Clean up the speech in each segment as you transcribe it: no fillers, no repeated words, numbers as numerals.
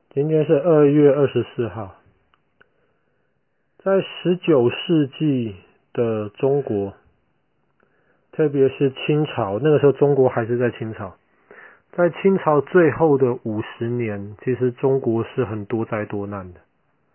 今天是2月24号。在19世纪的中国，特别是清朝，那个时候中国还是在清朝，在清朝最后的50年，其实中国是很多灾多难的。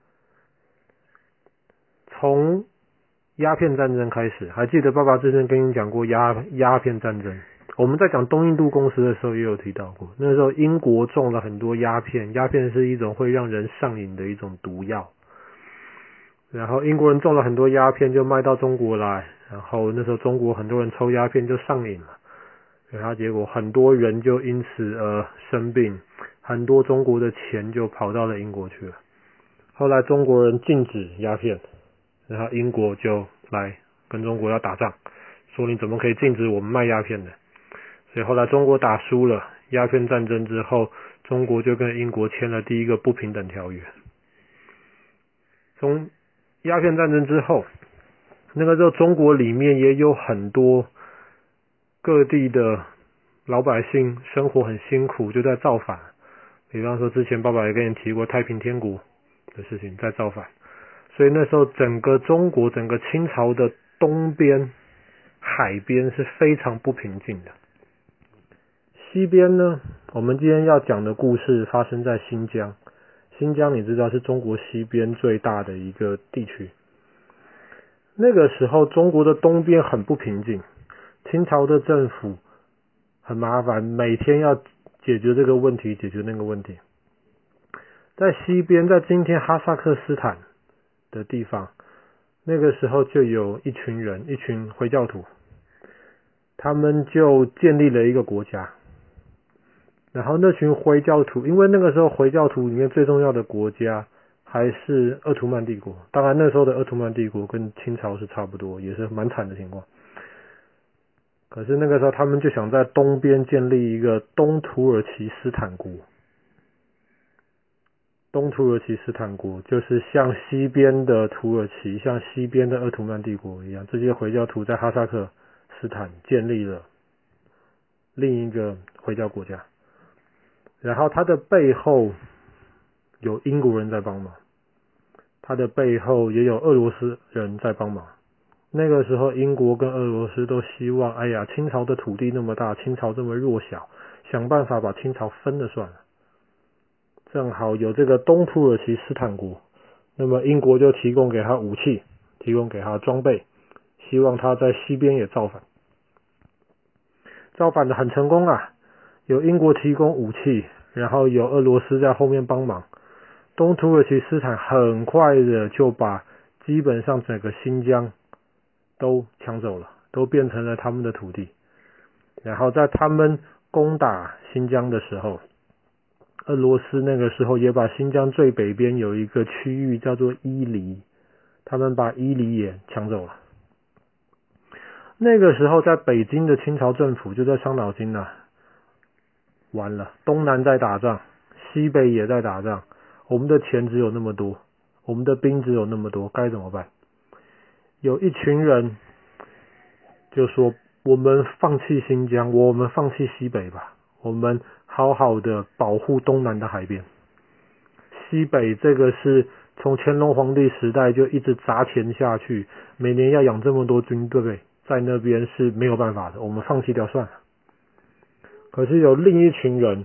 从鸦片战争开始，还记得爸爸之前跟你讲过鸦片战争，我们在讲东印度公司的时候也有提到过，那时候英国种了很多鸦片，鸦片是一种会让人上瘾的一种毒药，然后英国人种了很多鸦片就卖到中国来，然后那时候中国很多人抽鸦片就上瘾了，然后结果很多人就因此而生病，很多中国的钱就跑到了英国去了。后来中国人禁止鸦片，然后英国就来跟中国要打仗，说你怎么可以禁止我们卖鸦片的？所以后来中国打输了鸦片战争之后，中国就跟英国签了第一个不平等条约。从鸦片战争之后，那个时候中国里面也有很多各地的老百姓生活很辛苦，就在造反。比方说之前爸爸也跟你提过太平天国的事情，在造反。所以那时候整个中国，整个清朝的东边海边是非常不平静的。西边呢，我们今天要讲的故事发生在新疆。新疆你知道是中国西边最大的一个地区。那个时候中国的东边很不平静，清朝的政府很麻烦，每天要解决这个问题，解决那个问题。在西边，在今天哈萨克斯坦的地方，那个时候就有一群人，一群回教徒，他们就建立了一个国家。然后那群回教徒，因为那个时候回教徒里面最重要的国家还是鄂图曼帝国，当然那时候的鄂图曼帝国跟清朝是差不多，也是蛮惨的情况。可是那个时候他们就想在东边建立一个东土耳其斯坦国。东土耳其斯坦国就是像西边的土耳其，像西边的鄂图曼帝国一样，这些回教徒在哈萨克斯坦建立了另一个回教国家。然后他的背后有英国人在帮忙，他的背后也有俄罗斯人在帮忙。那个时候英国跟俄罗斯都希望，哎呀，清朝的土地那么大，清朝这么弱小，想办法把清朝分了算了。正好有这个东土耳其斯坦国，那么英国就提供给他武器，提供给他装备，希望他在西边也造反。造反的很成功啊，有英国提供武器，然后有俄罗斯在后面帮忙，东土耳其斯坦很快的就把基本上整个新疆都抢走了，都变成了他们的土地。然后在他们攻打新疆的时候，俄罗斯那个时候也把新疆最北边有一个区域叫做伊犁，他们把伊犁也抢走了。那个时候在北京的清朝政府就在伤脑筋了，完了，东南在打仗，西北也在打仗，我们的钱只有那么多，我们的兵只有那么多，该怎么办？有一群人就说，我们放弃新疆，我们放弃西北吧，我们好好的保护东南的海边。西北这个是从乾隆皇帝时代就一直砸钱下去，每年要养这么多军队，在那边是没有办法的，我们放弃掉算了。可是有另一群人，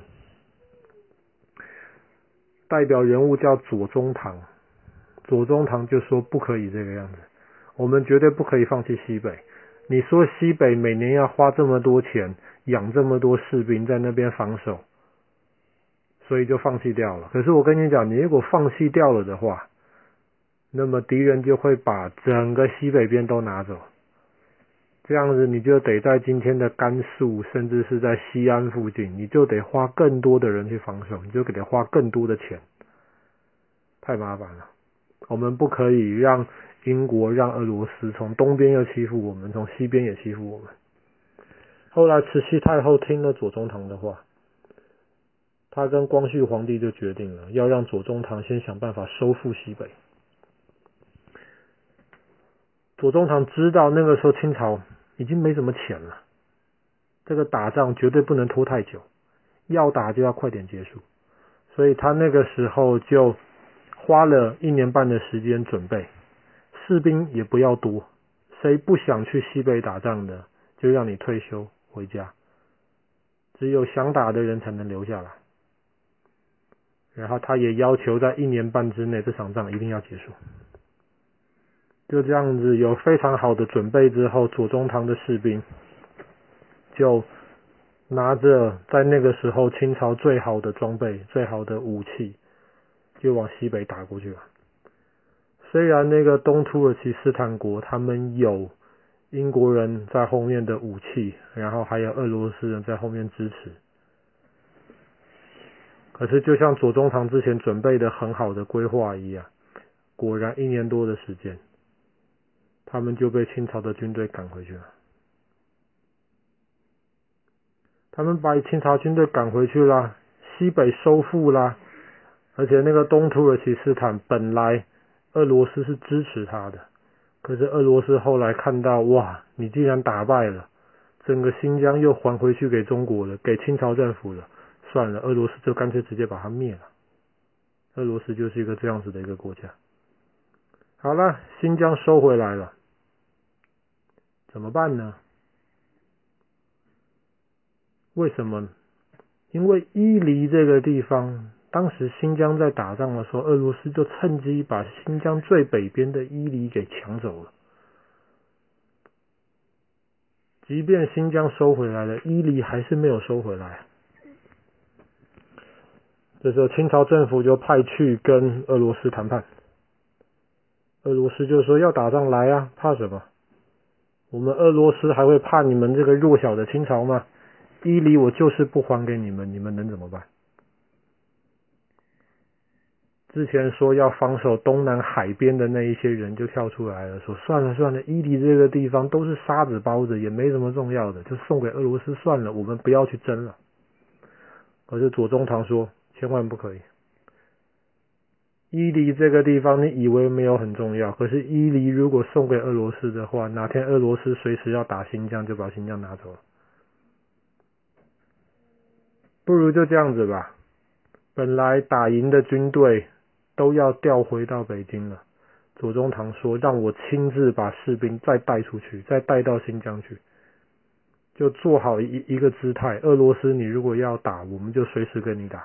代表人物叫左宗棠，左宗棠就说不可以这个样子，我们绝对不可以放弃西北。你说西北每年要花这么多钱养这么多士兵在那边防守，所以就放弃掉了。可是我跟你讲，你如果放弃掉了的话，那么敌人就会把整个西北边都拿走，这样子你就得在今天的甘肃甚至是在西安附近，你就得花更多的人去防守，你就得花更多的钱，太麻烦了。我们不可以让英国让俄罗斯从东边又欺负我们，从西边也欺负我们。后来慈禧太后听了左宗棠的话，他跟光绪皇帝就决定了要让左宗棠先想办法收复西北。左宗棠知道那个时候清朝已经没什么钱了，这个打仗绝对不能拖太久，要打就要快点结束， 所以他那个时候就花了1年半的时间准备，士兵也不要多，谁不想去西北打仗的，就让你退休回家，只有想打的人才能留下来。然后他也要求在1年半之内这场仗一定要结束。就这样子有非常好的准备之后，左宗棠的士兵就拿着在那个时候清朝最好的装备、最好的武器，就往西北打过去了。虽然那个东土耳其斯坦国他们有英国人在后面的武器，然后还有俄罗斯人在后面支持，可是就像左宗棠之前准备的很好的规划一样，果然1年多的时间，他们就被清朝的军队赶回去了。他们把清朝军队赶回去啦，西北收复啦，而且那个东土耳其斯坦本来俄罗斯是支持他的，可是俄罗斯后来看到，哇，你既然打败了，整个新疆又还回去给中国了，给清朝政府了，算了，俄罗斯就干脆直接把它灭了。俄罗斯就是一个这样子的一个国家。好了，新疆收回来了，怎么办呢？为什么？因为伊犁这个地方，当时新疆在打仗的时候，俄罗斯就趁机把新疆最北边的伊犁给抢走了。即便新疆收回来了，伊犁还是没有收回来。这时候清朝政府就派去跟俄罗斯谈判，俄罗斯就说要打仗来啊，怕什么？我们俄罗斯还会怕你们这个弱小的清朝吗？伊犁我就是不还给你们，你们能怎么办？之前说要防守东南海边的那一些人就跳出来了，说算了算了，伊犁这个地方都是沙子包着，也没什么重要的，就送给俄罗斯算了，我们不要去争了。可是左宗棠说千万不可以，伊犁这个地方你以为没有很重要，可是伊犁如果送给俄罗斯的话，哪天俄罗斯随时要打新疆就把新疆拿走了。不如就这样子吧，本来打赢的军队都要调回到北京了，左宗棠说让我亲自把士兵再带出去，再带到新疆去，就做好一个姿态，俄罗斯你如果要打，我们就随时跟你打。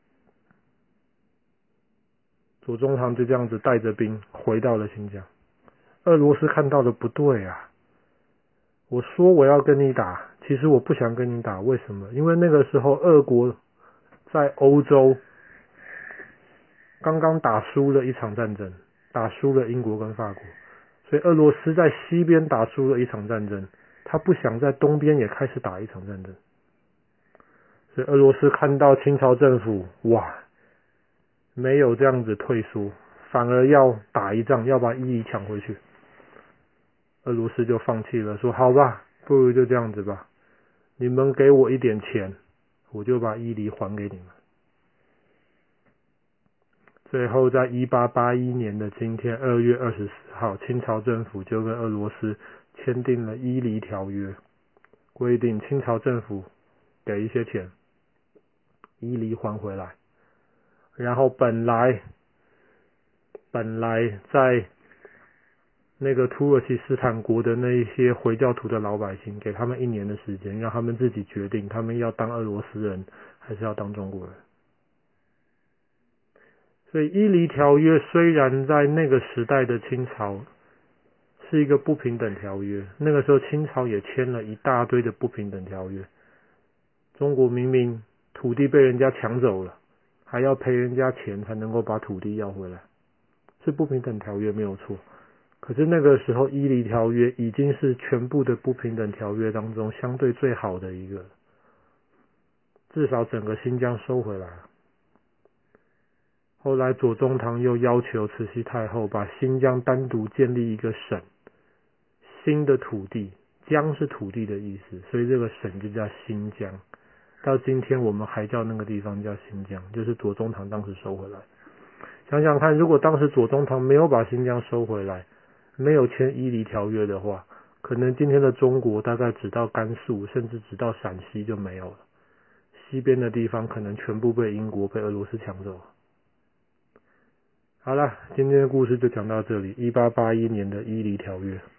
左宗棠就这样子带着兵回到了新疆。俄罗斯看到了不对啊，我说我要跟你打，其实我不想跟你打，为什么？因为那个时候俄国在欧洲刚刚打输了一场战争，打输了英国跟法国，所以俄罗斯在西边打输了一场战争，他不想在东边也开始打一场战争。所以俄罗斯看到清朝政府哇没有这样子退缩，反而要打一仗，要把伊犁抢回去，俄罗斯就放弃了，说好吧，不如就这样子吧，你们给我一点钱，我就把伊犁还给你们。最后在1881年的今天2月24号，清朝政府就跟俄罗斯签订了伊犁条约，规定清朝政府给一些钱，伊犁还回来。然后本来在那个土耳其斯坦国的那一些回教徒的老百姓，给他们1年的时间，让他们自己决定他们要当俄罗斯人还是要当中国人。所以伊犁条约虽然在那个时代的清朝是一个不平等条约，那个时候清朝也签了一大堆的不平等条约，中国明明土地被人家抢走了，还要赔人家钱才能够把土地要回来，是不平等条约没有错。可是那个时候伊犁条约已经是全部的不平等条约当中相对最好的一个，至少整个新疆收回来了。后来左宗棠又要求慈禧太后把新疆单独建立一个省，新的土地，疆是土地的意思，所以这个省就叫新疆。到今天我们还叫那个地方叫新疆，就是左宗棠当时收回来。想想看，如果当时左宗棠没有把新疆收回来，没有签伊犁条约的话，可能今天的中国大概只到甘肃，甚至只到陕西就没有了。 西边的地方可能全部被英国、被俄罗斯抢走。好了，今天的故事就讲到这里。1881年的伊犁条约。